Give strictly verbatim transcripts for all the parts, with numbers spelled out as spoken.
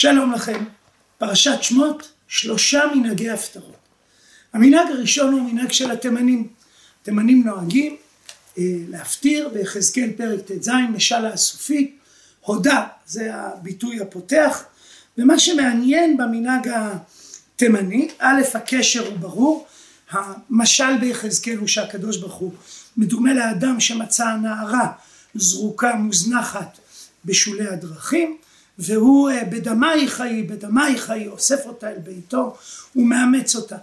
שלום לכם. פרשת שמות, שלושה מנהגי הפטרות. המנהג הראשון הוא מנהג של התימנים. התימנים נוהגים אה, להפטיר ביחזקאל פרק ט"ז, משל האסופית, הודה, זה הביטוי הפותח. ומה שמעניין במנהג התימני, א', הקשר הוא ברור. המשל ביחזקאל הוא שהקדוש ברוך הוא מדומה לאדם שמצא נערה זרוקה מוזנחת בשולי הדרכים, והוא בדמי חיי, בדמי חיי, אוסף אותה אל ביתו, הוא מאמץ אותה.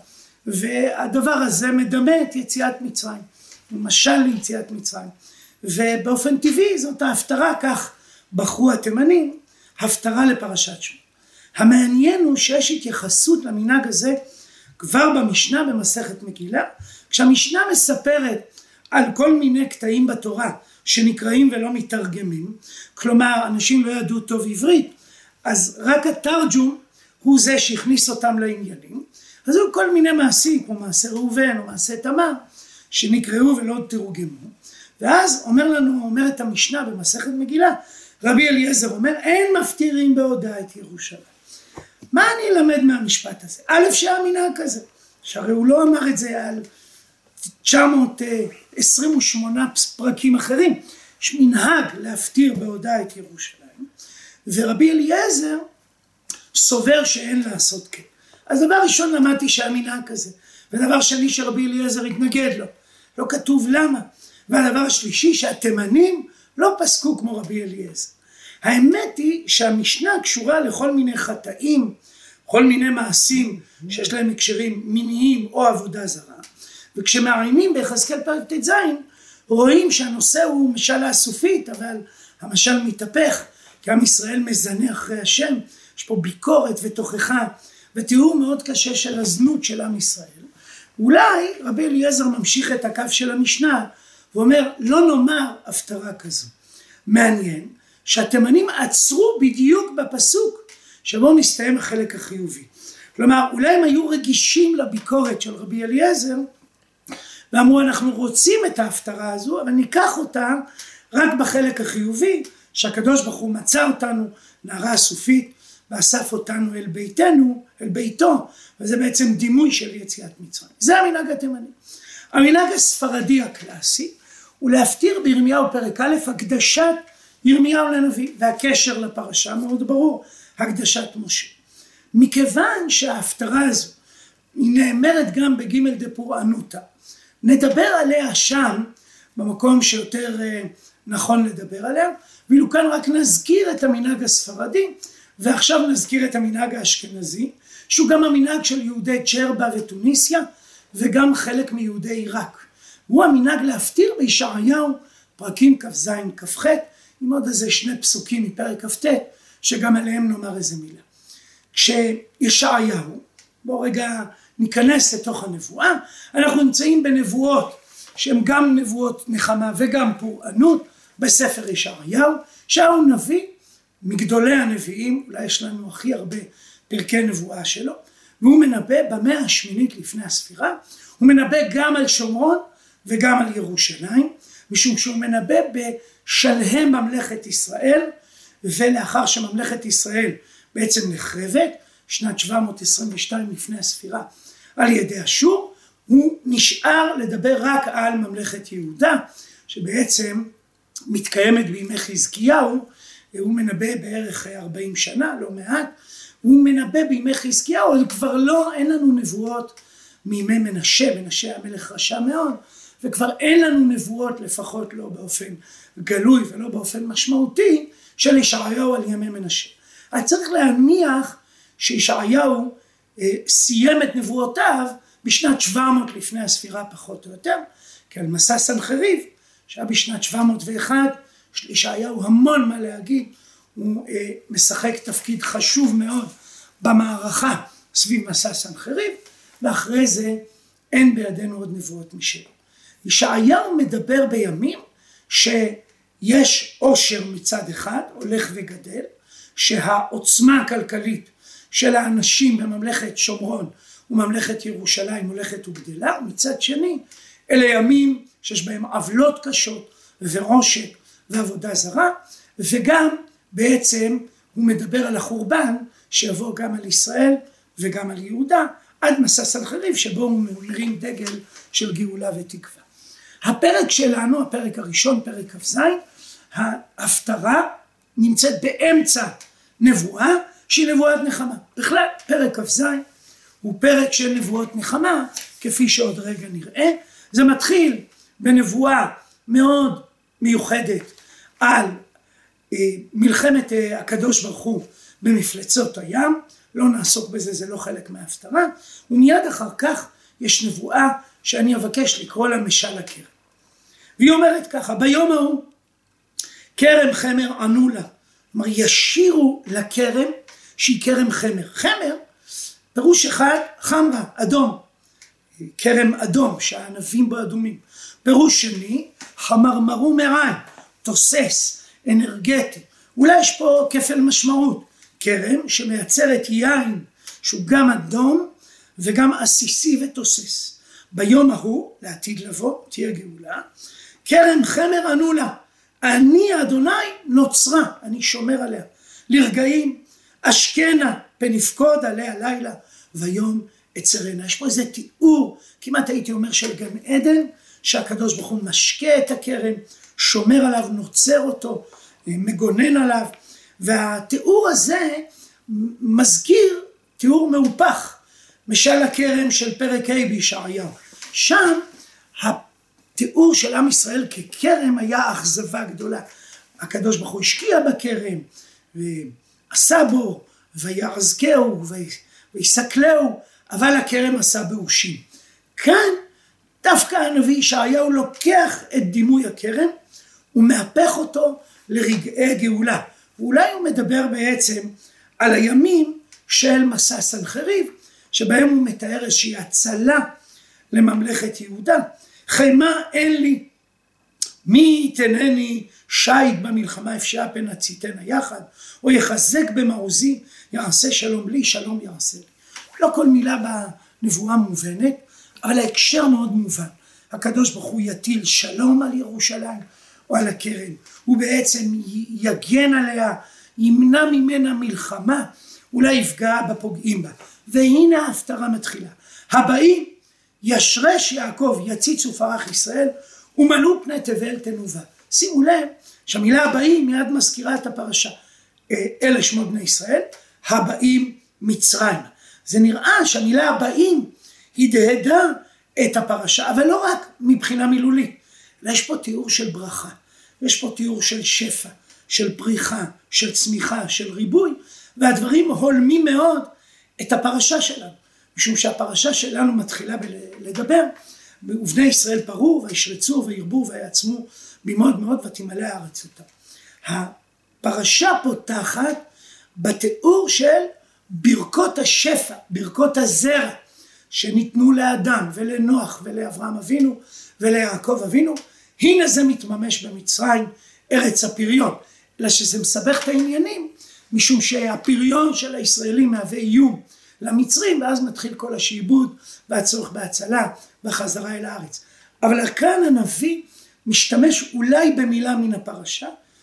והדבר הזה מדמה את יציאת מצרים, הוא משל ליציאת מצרים. ובאופן טבעי זאת ההפטרה, כך בחרו התימנים, הפטרה לפרשת שמות. המעניין הוא שיש התייחסות למנהג הזה כבר במשנה במסכת מגילה, כשהמשנה מספרת על כל מיני קטעים בתורה שנקראים ולא מתרגמים, כלומר אנשים לא ידעו טוב עברית, אז רק התרג'ום הוא זה שהכניס אותם לעניינים. אז היו כל מיני מעשים כמו מעשה ראובן או מעשה תמר שנקראו ולא תורגמו, ואז אומר לנו, אומרת המשנה במסכת מגילה, רבי אליעזר אומר, אין מפטירים בהודעה את ירושלים. מה אני אלמד מהמשפט הזה? א', שהיה מנהג כזה, שהרי הוא לא אמר את זה על תשע מאות עשרים ושמונה פרקים אחרים, יש מנהג להפטיר בהודעה את ירושלים, ורבי אליעזר סובר שאין לעשות כן. אז דבר ראשון למדתי שהיה מנהג כזה, ודבר שני שרבי אליעזר התנגד לו, לא כתוב למה, והדבר השלישי שהתימנים לא פסקו כמו רבי אליעזר. האמת היא שהמשנה קשורה לכל מיני חטאים, כל מיני מעשים שיש להם הקשרים מיניים או עבודה זרה, וכשמעיינים ביחזקאל פרק ט"ז רואים שהנושא הוא משל האסופית, אבל המשל מתהפך, כי עם ישראל מזנה אחרי השם, יש פה ביקורת ותוכחה ותיאור מאוד קשה של הזנות של עם ישראל. אולי רבי אליעזר ממשיך את הקו של המשנה ואומר לא נאמר הפטרה כזו. מעניין שהתימנים עצרו בדיוק בפסוק שבו מסתיים החלק החיובי. כלומר אולי הם היו רגישים לביקורת של רבי אליעזר ואמרו אנחנו רוצים את ההפטרה הזו אבל ניקח אותה רק בחלק החיובי, שהקדוש ברוך הוא מצא אותנו נערה אסופית ואסף אותנו אל ביתנו, אל ביתו, וזה בעצם דימוי של יציאת מצרים. זה המנהג התימני. המנהג הספרדי הקלאסי הוא להפטיר בירמיהו פרק א' הקדשת ירמיהו לנביא, והקשר לפרשה מאוד ברור, הקדשת משה. מכיוון שההפטרה הזו היא נאמרת גם בג' דפורענותא, נדבר עליה שם במקום שיותר נכון לדבר עליה, ואילו כאן רק נזכיר את המנהג הספרדי, ועכשיו נזכיר את המנהג האשכנזי, שהוא גם המנהג של יהודי צ'רבה וטוניסיה, וגם חלק מיהודי עיראק. הוא המנהג להפטיר בישעיהו, פרקים כ"ז כ"ח, עם עוד איזה שני פסוקים מפרק כ"ט, שגם עליהם נאמר איזה מילה. כשישעיהו, בואו רגע ניכנס לתוך הנבואה, אנחנו נמצאים בנבואות, שהן גם נבואות נחמה וגם פורענות, בספר ישעיהו, שהוא נביא, מגדולי הנביאים, אולי יש לנו הכי הרבה פרקי נבואה שלו, והוא מנבא במאה השמינית לפני הספירה, הוא מנבא גם על שומרון וגם על ירושלים, משום שהוא מנבא בשלהי ממלכת ישראל, ולאחר שממלכת ישראל בעצם נחרבת, שנת שבע מאות עשרים ושתיים לפני הספירה, על ידי אשור, הוא נשאר לדבר רק על ממלכת יהודה, שבעצם מתקיימת בימי חזקיהו, הוא מנבא בערך ארבעים שנה, לא מעט, הוא מנבא בימי חזקיהו, אבל כבר לא, אין לנו נבואות מימי מנשה, מנשה המלך רשע מאוד, וכבר אין לנו נבואות, לפחות לא באופן גלוי ולא באופן משמעותי, של ישעיהו על ימי מנשה. אז צריך להניח שישעיהו אה, סיים את נבואותיו בשנת שבע מאות לפני הספירה פחות או יותר, כי על מסע סנחריב, שהיה בשנת שבע מאות ואחת, לישעיהו המון מה להגיד, הוא אה, משחק תפקיד חשוב מאוד במערכה סביב מסע סנחריב, ואחרי זה אין בידינו עוד נבואות משלו. ישעיהו מדבר בימים שיש עושר מצד אחד, הולך וגדל, שהעוצמה הכלכלית של האנשים בממלכת שומרון וממלכת ירושלים הולכת וגדלה, ומצד שני אלה ימים שיש בהם עוולות קשות ועושק ועבודה זרה, וגם בעצם הוא מדבר על החורבן שיבוא גם על ישראל וגם על יהודה, עד מסע סנחריב שבו הוא מרים דגל של גאולה ותקווה. הפרק שלנו, הפרק הראשון, פרק כ"ז, ההפטרה נמצאת באמצע נבואה שהיא נבואת נחמה. בכלל פרק כ"ז הוא פרק של נבואות נחמה, כפי שעוד רגע נראה. זה מתחיל בנבואה מאוד מיוחדת על אה, מלחמת אה, הקדוש ברוך הוא במפלצות הים, לא נעסוק בזה, זה לא חלק מההפטרה, ומיד אחר כך יש נבואה שאני אבקש לקרוא לה משל הכרם. והיא אומרת ככה, ביום ההוא כרם חמר ענו לה, כלומר ישירו לכרם שהיא כרם חמר. חמר פירוש אחד, חמרה, אדום, כרם אדום שהענבים בו אדומים. פירוש שני, חמרמרו מריים, תוסס, אנרגטי. אולי יש פה כפל משמעות, כרם שמייצרת יין שהוא גם אדום וגם עסיסי ותוסס. ביום ההוא, לעתיד לבוא, תהיה גאולה, כרם חמר ענו לה, אני אדוני נוצרה, אני שומר עליה, לרגעים אשכנה פנפקוד עליה לילה ויום אצרנה. יש פה איזה תיאור, כמעט הייתי אומר של גן עדן, שהקדוש ברוך הוא משקה את הכרם, שומר עליו, נוצר אותו, מגונן עליו, והתיאור הזה מזכיר תיאור מהופך, משל הכרם של פרק ה' בישעיהו. שם התיאור של עם ישראל ככרם היה אכזבה גדולה. הקדוש ברוך הוא השקיע בכרם, ועשה בו, וירזקהו, ויסקלהו, אבל הכרם עשה באושים. כאן דווקא הנביא ישעיהו לוקח את דימוי הכרם, ומהפך אותו לרגעי גאולה. ואולי הוא מדבר בעצם על הימים של מסע סנחריב, שבהם הוא מתאר איזושהי הצלה לממלכת יהודה. חיימה אין לי, מי יתנני שייט במלחמה אפשעה פן הציתנה יחד, או יחזק במעוזי, יעשה שלום לי, שלום יעשה לי. לא כל מילה בנבואה מובנת, אבל ההקשר מאוד מובן. הקדוש ברוך הוא יטיל שלום על ירושלים או על הכרם, הוא בעצם יגן עליה, ימנע ממנה מלחמה, אולי יפגע בפוגעים בה. והנה ההפטרה מתחילה, הבאים ישרש יעקב יציץ ופרח ישראל ומלאו פני תבל תנובה. שימו לב שהמילה הבאים מיד מזכירה את הפרשה, אלה שמות בני ישראל, הבאים מצרים. זה נראה שהמילה הבאים היא דהדה את הפרשה, אבל לא רק מבחינה מילולית, אלא יש פה תיאור של ברכה, יש פה תיאור של שפע, של פריחה, של צמיחה, של ריבוי, והדברים הולמים מאוד את הפרשה שלנו, משום שהפרשה שלנו מתחילה לדבר, ובני ישראל פרו וישרצו וירבו ויעצמו במאוד מאוד ותמלא הארץ אותם. הפרשה פותחת בתיאור של ברכות השפע, ברכות הזרע, שניתנו לאדם ולנוח ולאברהם אבינו וליעקב אבינו. הנה זה מתממש במצרים, ארץ הפריון, אלא שזה מסבך את העניינים, משום שהפריון של הישראלים מהווה איום למצרים, ואז מתחיל כל השעבוד והצורך בהצלה והחזרה אל הארץ. אבל כאן הנביא משתמש אולי במילה מן הפרשה,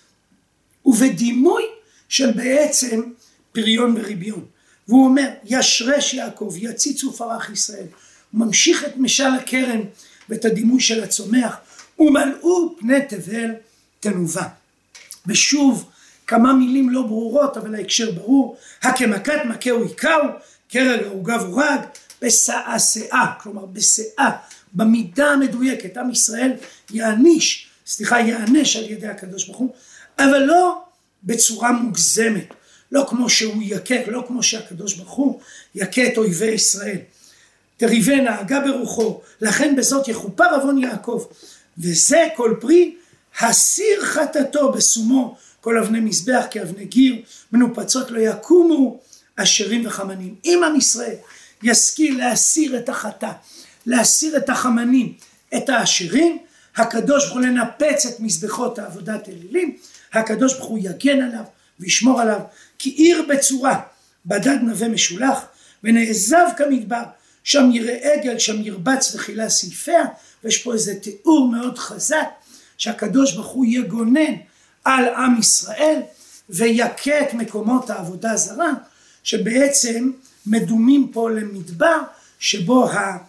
ובדימוי של בעצם פריון וריביון. והוא אומר, ישרש יעקב, יציץ ופרח ישראל. הוא ממשיך את משל הכרם ואת הדימוי של הצומח, ומלאו פני תבל תנובה. ושוב, כמה מילים לא ברורות, אבל ההקשר ברור, הכמכת מכהו יקהו, קרג ערוגב הורג, בשאה שאה, כלומר בשאה, במידה המדויקת. עם ישראל יעניש, סליחה, יענש על ידי הקדוש ברוך הוא, אבל לא בצורה מוגזמת, לא כמו שהוא יקה, לא כמו שהקדוש ברוך הוא יקה את אויבי ישראל. תריבנה, הגה ברוחו, לכן בזאת יכופר עוון יעקב, וזה כל פרי, הסיר חטאתו בסומו, כל אבני מזבח כאבני גיר, מנופצות לא יקומו אשרים וחמנים. אם עם ישראל ישכיל להסיר את החטא, להסיר את החמנים, את האשרים, הקדוש ברוך הוא לנפץ את מזבחות העבודת אלילים, הקדוש ברוך הוא יגן עליו וישמור עליו, כי עיר בצורה, בדד נווה משולח, ונעזב כמדבר, שם יראה עגל, שם ירבץ וחילה סעיפיה, ויש פה איזה תיאור מאוד חזק, שהקדוש ברוך הוא יגונן על עם ישראל, ויקה את מקומות העבודה הזרה, שבעצם מדומים פה למדבר שבו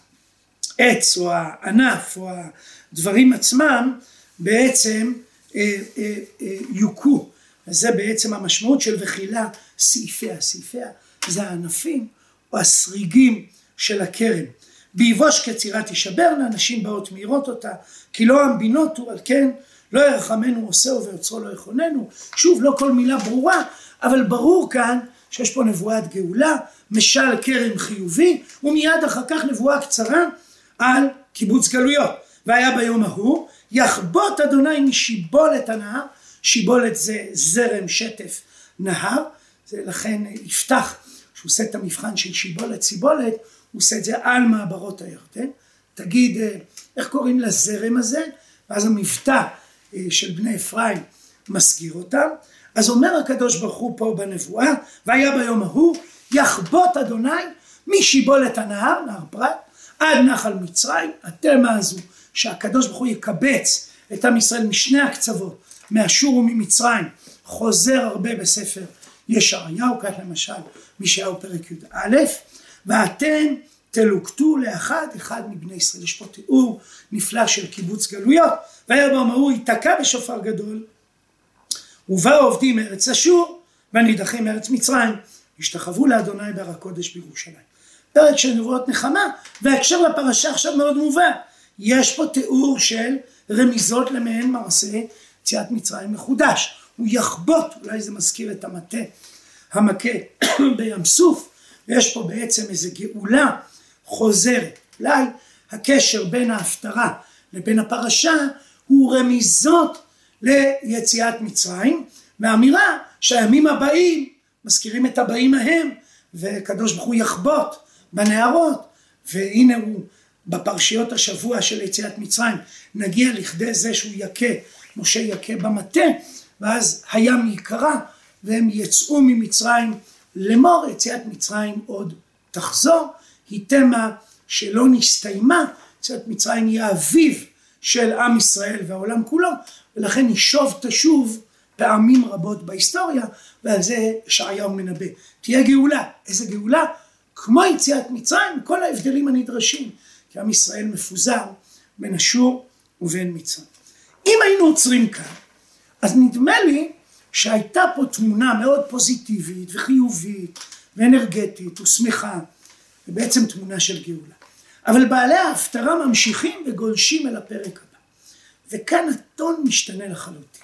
העץ או הענף או הדברים עצמם בעצם אה, אה, אה, יוקו. זה בעצם המשמעות של וחילה סעיפיה. סעיפיה זה הענפים או הסריגים של הכרם. ביבוש כצירה תשברנה, נשים באות מאירות אותה, כי לא המבינות הוא, על כן לא ירחמנו עושהו ויוצרו לא יכוננו. שוב, לא כל מילה ברורה, אבל ברור כאן שיש פה נבואת גאולה, משל כרם חיובי, ומיד אחר כך נבואה קצרה על קיבוץ גלויות. והיה ביום ההוא, יחבוט אדוני משיבולת הנהר, שיבולת זה זרם שטף נהר, זה לכן יפתח, שהוא עושה את המבחן של שיבולת סיבולת, הוא עושה את זה על מעברות הירדן. תגיד, איך קוראים לזרם הזה? ואז המבטא של בני אפרים מסגיר אותם. אז אומר הקדוש ברוך הוא פה בנבואה, והיה ביום ההוא, יחבוט אדוני משיבולת הנהר, נהר פרת, עד נחל מצרים. התמה הזו שהקדוש ברוך הוא יקבץ את עם ישראל משני הקצוות, מאשור וממצרים, חוזר הרבה בספר ישעיהו, כך למשל מישעיהו פרק י"א, ואתם תלוקטו לאחד אחד מבני ישראל. יש פה תיאור נפלא של קיבוץ גלויות. והיה ביום ההוא ייתקע בשופר גדול, ובאו עובדים מארץ אשור והנידחים מארץ מצרים, השתחוו לאדוני בהר הקודש בירושלים. פרק של נבואות נחמה, וההקשר לפרשה עכשיו מאוד מובן. יש פה תיאור של רמיזות למעין מעשה יציאת מצרים מחודש. הוא יחבוט, אולי זה מזכיר את המטה המכה בים סוף, ויש פה בעצם איזו גאולה חוזרת. אולי הקשר בין ההפטרה לבין הפרשה הוא רמיזות ליציאת מצרים, והאמירה שהימים הבאים מזכירים את הבאים ההם, וקדוש ברוך הוא יחבוט בנהרות. והנה הוא בפרשיות השבוע של יציאת מצרים נגיע לכדי זה שהוא יכה, משה יכה במטה, ואז הים ייקרע והם יצאו ממצרים לאמור. יציאת מצרים עוד תחזור, היא תמה שלא נסתיימה. יציאת מצרים היא האביב של עם ישראל והעולם כולו, ולכן היא שוב תשוב פעמים רבות בהיסטוריה, ועל זה ישעיהו מנבא. תהיה גאולה. איזה גאולה? כמו יציאת מצרים, כל ההבדלים הנדרשים, כי עם ישראל מפוזר בין אשור ובין מצרים. אם היינו עוצרים כאן, אז נדמה לי שהייתה פה תמונה מאוד פוזיטיבית וחיובית ואנרגטית ושמחה, ובעצם תמונה של גאולה. אבל בעלי ההפטרה ממשיכים וגולשים אל הפרק הבא, וכאן הטון משתנה לחלוטין.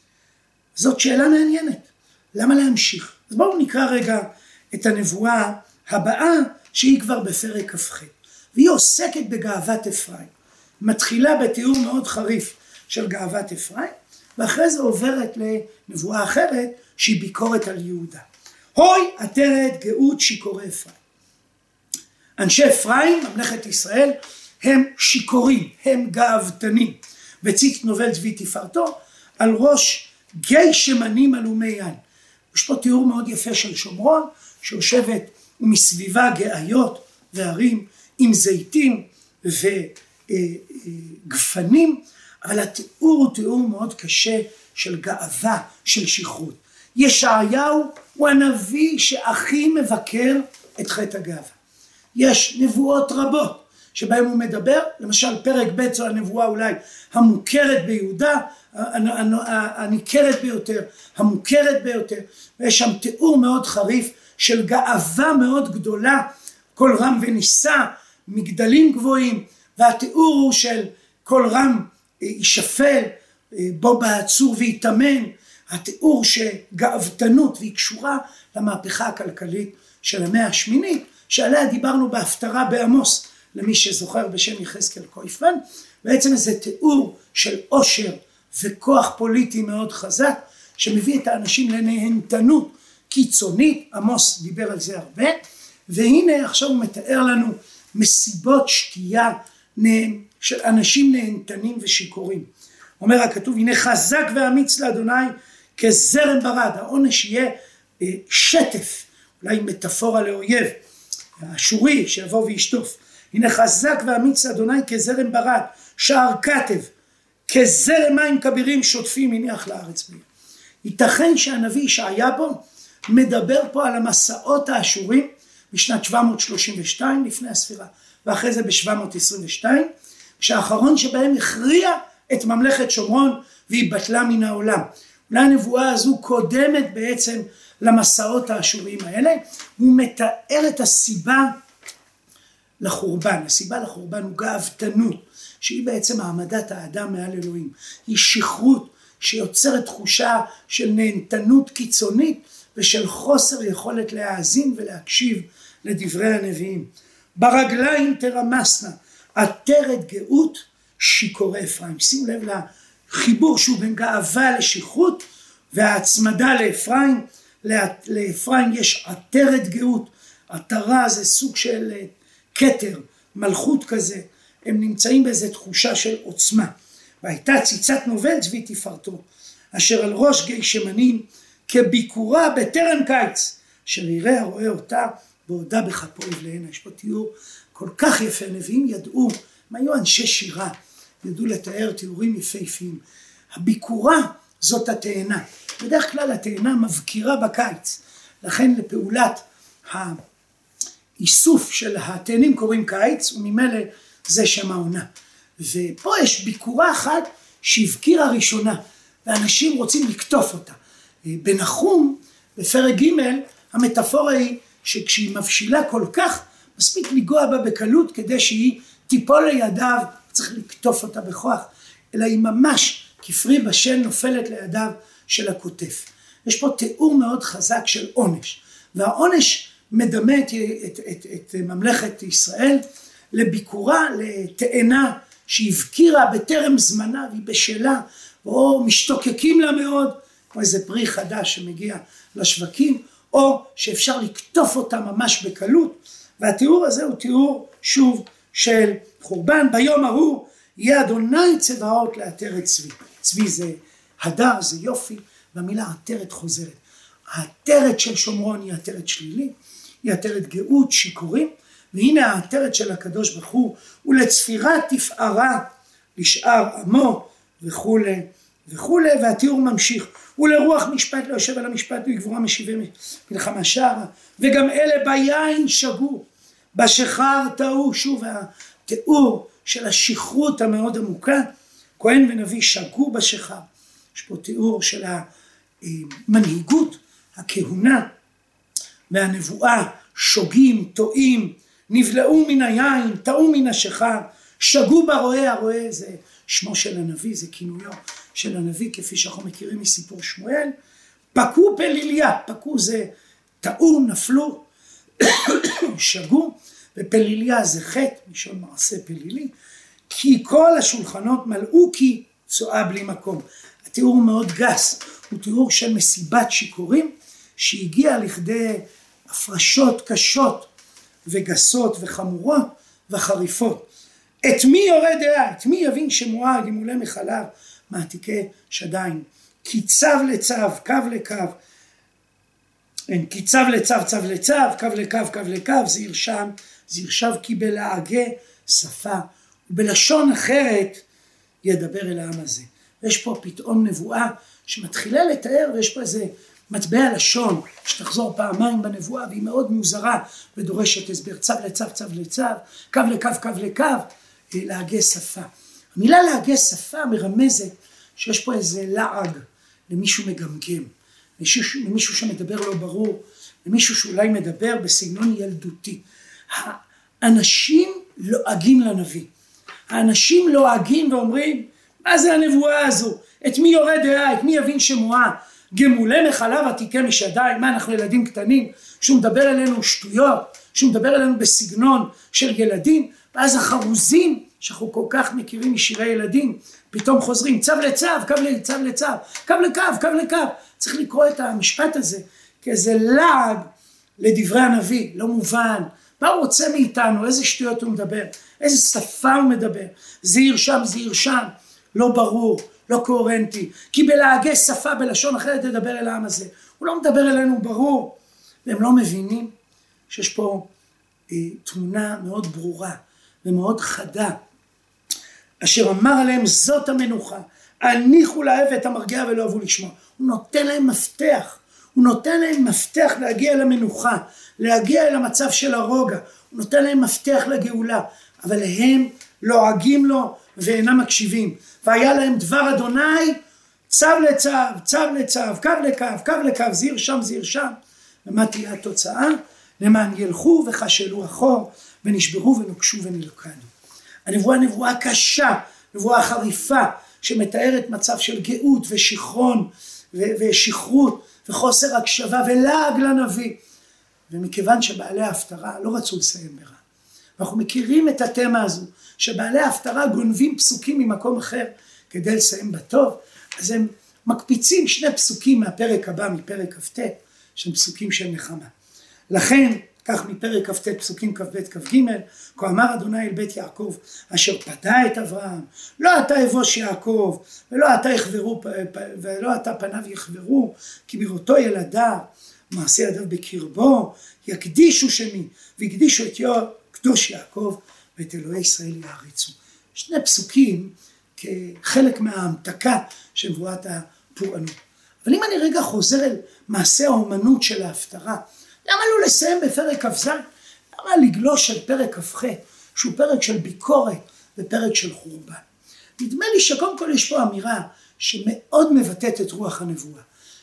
זאת שאלה מעניינת, למה להמשיך? אז בואו נקרא רגע את הנבואה הבאה שהיא כבר בפרק כ"ח, והיא עוסקת בגאוות אפרים. מתחילה בתיאור מאוד חריף של גאוות אפרים, ואחרי זה עוברת לנבואה אחרת שהיא ביקורת על יהודה. הוי עטרת גאות שיכורי אפרים. אנשי אפרים, ממלכת ישראל, הם שיכורים, הם גאוותנים. וציץ נובל צבי תפארתו על ראש גיא שמנים עלומי יין. יש פה תיאור מאוד יפה של שומרון, שיושבת מסביבה גאיות והרים עם זיתים וגפנים, אבל התיאור הוא תיאור מאוד קשה של גאווה, של שכרות. ישעיהו הוא הנביא שהכי מבקר את חטא הגאווה. יש נבואות רבות שבהם הוא מדבר, למשל פרק ב' זו הנבואה אולי המוכרת ביהודה, הניכרת ביותר, המוכרת ביותר, ויש שם תיאור מאוד חריף של גאווה מאוד גדולה, כל רם ונישא, מגדלים גבוהים, והתיאור הוא של כל רם יישפל, בו בעצור ויתאמן, התיאור שגאוותנות והיא קשורה למהפכה הכלכלית של המאה השמינית, שעליה דיברנו בהפטרה בעמוס, למי שזוכר בשם יחזקאל קויפמן, בעצם איזה תיאור של עושר וכוח פוליטי מאוד חזק, שמביא את האנשים לנהנתנות קיצונית. עמוס דיבר על זה הרבה, והנה עכשיו הוא מתאר לנו מסיבות שתייה של אנשים נהנתנים ושיכורים. אומר הכתוב, הנה חזק ואמיץ לאדוני כזרם ברד, העונש יהיה שטף, אולי מטאפורה לאויב, האשורי שיבוא וישטוף. הנה חזק ואמיץ לאדוני כזרם ברד, שער כתב, כזרם מים כבירים שוטפים הניח לארץ ביה. ייתכן שהנביא ישעיה בו מדבר פה על המסעות האשורים בשנת שבע מאות שלושים ושתיים לפני הספירה, ואחרי זה ב-שבע מאות עשרים ושתיים, כשהאחרון שבהם הכריע את ממלכת שומרון והיא בטלה מן העולם. אולי הנבואה הזו קודמת בעצם למסעות האשוריים האלה. הוא מתאר את הסיבה לחורבן. הסיבה לחורבן הוא גאוותנות, שהיא בעצם העמדת האדם מעל אלוהים. היא שכרות שיוצרת תחושה של נהנתנות קיצונית ושל חוסר יכולת להאזין ולהקשיב לדברי הנביאים. ברגליים תרמסנה, עטרת גאות שיכורי אפרים. שימו לב לחיבור שהוא בין גאווה לשכרות וההצמדה לאפרים. לאפרים יש עטרת גאות. עטרה זה סוג של כתר, מלכות כזה. הם נמצאים באיזו תחושה של עוצמה. והייתה ציצת נובל צבי תפארתו, אשר על ראש גיא שמנים, כביקורה בטרם קיץ, אשר יראה הרואה אותה בעודה בכפו יבלענה. יש פה תיאור כל כך יפה. נביאים ידעו, הם היו אנשי שירה, ידעו לתאר תיאורים יפהפיים. הביקורה זאת התאנה. בדרך כלל התאנה מבקירה בקיץ, לכן לפעולת האיסוף של התאנים קוראים קיץ, וממילא זה שם העונה. ופה יש ביקורה אחת שהבקירה ראשונה, ואנשים רוצים לקטוף אותה. בנחום, בפרק ג', המטאפורה היא שכשהיא מבשילה כל כך, מספיק לגוע בה בקלות כדי שהיא תיפול לידיו, צריך לקטוף אותה בכוח, אלא היא ממש כפרי בשל נופלת לידיו של הכותף. יש פה תיאור מאוד חזק של עונש, והעונש מדמה את, את, את, את ממלכת ישראל לביקורה, לתאנה שהבקירה בטרם זמנה והיא בשלה, או משתוקקים לה מאוד, או איזה פרי חדש שמגיע לשווקים, או שאפשר לקטוף אותה ממש בקלות. והתיאור הזה הוא תיאור שוב של חורבן. ביום ההוא יהיה אדוני צבאות לעטרת צבי. צבי זה הדר, זה יופי, והמילה עטרת חוזרת. העטרת של שומרון היא עטרת שלילי, היא עטרת גאות, שיכורים, והנה העטרת של הקדוש ברוך הוא, ולצפירת תפארה לשאר עמו וכו' וכו'. והתיאור ממשיך. ולרוח משפט לא יושב על המשפט וגבורה משיבי מלחמה שערה, וגם אלה ביין שגו, בשיכר טעו. שוב התיאור של השכרות המאוד עמוקה. כהן ונביא שגו בשיכר. יש פה תיאור של המנהיגות, הכהונה והנבואה. שוגים, טועים, נבלעו מן היין, טעו מן השיכר, שגו ברועה. הרועה זה שמו של הנביא, זה כינויו של הנביא כפי שאנחנו מכירים מסיפור שמואל. פקו פליליה, פקו זה טעו, נפלו, שגו, ופליליה זה חטא, משון מעשה פלילי, כי כל השולחנות מלאו כי צועה בלי מקום. התיאור הוא מאוד גס, הוא תיאור של מסיבת שיכורים שהגיע לכדי הפרשות קשות וגסות וחמורות וחריפות. את מי יורה דעה, את מי יבין שמועה גמולי מחלב מעתיקי שדיים. כי צו לצו, קו לקו, אין, כי צו לצו, צו לצו, קו לקו, קו לקו, זה ירשם, זה ירשב כי בלעגי שפה, ובלשון אחרת ידבר אל העם הזה. ויש פה פתאום נבואה שמתחילה לתאר, ויש פה איזה מטבע לשון שתחזור פעמיים בנבואה, והיא מאוד מוזרה ודורשת הסבר. צו לצו, צו לצו, קו לקו, קו לקו, לעגי שפה. המילה לעגי שפה מרמזת שיש פה איזה לעג למישהו מגמגם, למישהו, למישהו שמדבר לא ברור, למישהו שאולי מדבר בסגנון ילדותי. האנשים לועגים לנביא. האנשים לועגים ואומרים, מה זה הנבואה הזו? את מי יורה דעה? את מי יבין שמועה? גמולי מחלב עתיקי משדיים. מה, אנחנו ילדים קטנים? שהוא מדבר אלינו שטויות, שהוא מדבר אלינו בסגנון של ילדים, ואז החרוזים שאנחנו כל כך מכירים משירי ילדים, פתאום חוזרים, צו לצו, קו לצו לצו, קו לקו, קו לקו. צריך לקרוא את המשפט הזה כאיזה לעג לדברי הנביא, לא מובן. מה הוא רוצה מאיתנו? איזה שטויות הוא מדבר? איזה שפה הוא מדבר? זהיר שם, זהיר שם, לא ברור, לא קוהרנטי. כי בלעגי שפה בלשון אחרת תדבר אל העם הזה. הוא לא מדבר אלינו ברור, והם לא מבינים שיש פה אה, תמונה מאוד ברורה ומאוד חדה, אשר אמר עליהם זאת המנוחה, הניחו לאהב את המרגיע ולא אהבו לשמוע. הוא נותן להם מפתח, הוא נותן להם מפתח להגיע למנוחה, להגיע אל המצב של הרוגע, הוא נותן להם מפתח לגאולה, אבל הם לועגים לו ואינם מקשיבים. והיה להם דבר אדוני צו לצו, צו לצו, קו לקו, קו לקו, זיר שם, זיר שם. ומה תהיה התוצאה? למען ילכו וחשלו אחור ונשברו ונוקשו ונלכדו. הנבואה נבואה קשה, נבואה חריפה, שמתארת מצב של גאות ושכרון ושכרות וחוסר הקשבה ולעג לנביא. ומכיוון שבעלי ההפטרה לא רצו לסיים ברע, אנחנו מכירים את התמה הזו, שבעלי ההפטרה גונבים פסוקים ממקום אחר כדי לסיים בטוב, אז הם מקפיצים שני פסוקים מהפרק הבא, מפרק כ"ט, שהם פסוקים של נחמה. לכן, כך מפרק כ"ט פסוקים כ"ב כ"ג, כה אמר אדוני אל בית יעקב, אשר פדה את אברהם, לא אתה אבוש יעקב, ולא אתה יחברו, ולא אתה פניו יחברו, כי בראותו ילדיו, מעשה ידיו בקרבו, יקדישו שמי, ויקדישו את יום קדוש יעקב, ואת אלוהי ישראל יעריצו. שני פסוקים כחלק מההמתקה של נבואת הפורענות. אבל אם אני רגע חוזר אל מעשה האומנות של ההפטרה, למה לא לסיים בפרק כ"ז? למה לגלוש של פרק כ"ח, שהוא פרק של ביקורת ופרק של חורבן? נדמה לי שקודם כל יש פה אמירה שמאוד מבטאת את רוח הנבואה.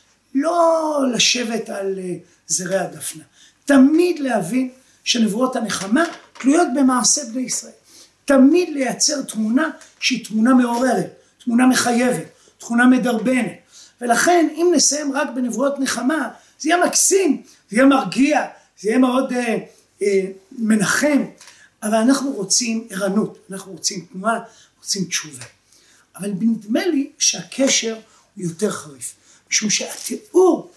לא לשבת על זרי הדפנה. תמיד להבין שנבואות הנחמה תלויות במעשה בני ישראל. תמיד לייצר תמונה שהיא תמונה מעוררת, תמונה מחייבת, תמונה מדרבנת. ולכן אם נסיים רק בנבואות נחמה, זה יהיה מקסים, זה יהיה מרגיע, זה יהיה מאוד אה, אה, מנחם, אבל אנחנו רוצים ערנות, אנחנו רוצים תנועה, רוצים תשובה. אבל נדמה לי שהקשר הוא יותר חריף, משום שהתיאור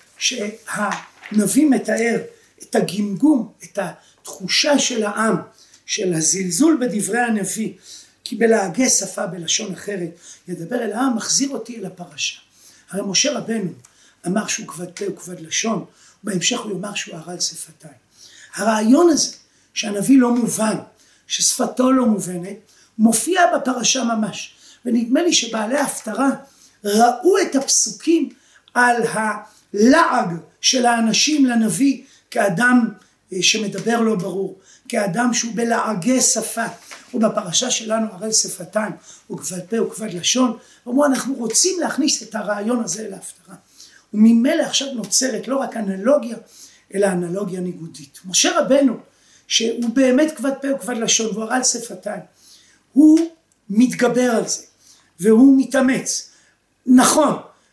שהנביא מתאר, את הגמגום, את התחושה של העם, של הזלזול בדברי הנביא, כי בלהגה שפה בלשון אחרת, ידבר אל העם, מחזיר אותי אל הפרשה. הרי משה רבנו אמר שהוא כבד פה וכבד לשון, ובהמשך הוא יאמר שהוא ערל שפתיים. הרעיון הזה שהנביא לא מובן, ששפתו לא מובנת, מופיע בפרשה ממש. ונדמה לי שבעלי ההפטרה ראו את הפסוקים על הלעג של האנשים לנביא כאדם שמדבר לא ברור, כאדם שהוא בלעגי שפה, ובפרשה שלנו ערל שפתיים, וכבד פה וכבד לשון, ואמרו אנחנו רוצים להכניס את הרעיון הזה להפטרה. וממילא עכשיו נוצרת לא רק אנלוגיה, אלא אנלוגיה ניגודית. משה רבנו, שהוא באמת כבד פה וכבד לשון, והוא ערל שפתיים, הוא מתגבר על זה, והוא מתאמץ. נכון,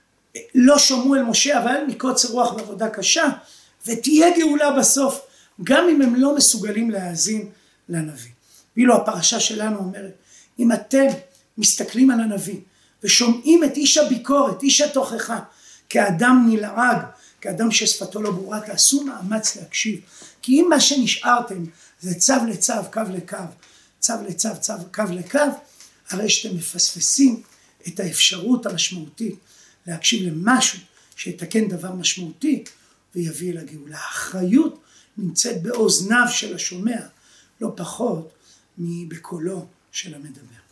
לא שומעו אל משה, אבל מקוצר רוח בעבודה קשה, ותהיה גאולה בסוף, גם אם הם לא מסוגלים להאזין לנביא. ואילו הפרשה שלנו אומרת, אם אתם מסתכלים על הנביא, ושומעים את איש הביקורת, איש התוכחה, כאדם נלעג, כאדם ששפתו לא ברורה, תעשו מאמץ להקשיב. כי אם מה שנשארתם זה צו לצו, קו לקו, צו לצו, צו, קו לקו, הרי שאתם מפספסים את האפשרות המשמעותית להקשיב למשהו שיתקן דבר משמעותי ויביא לגאולה. האחריות נמצאת באוזניו של השומע, לא פחות מבקולו של המדבר.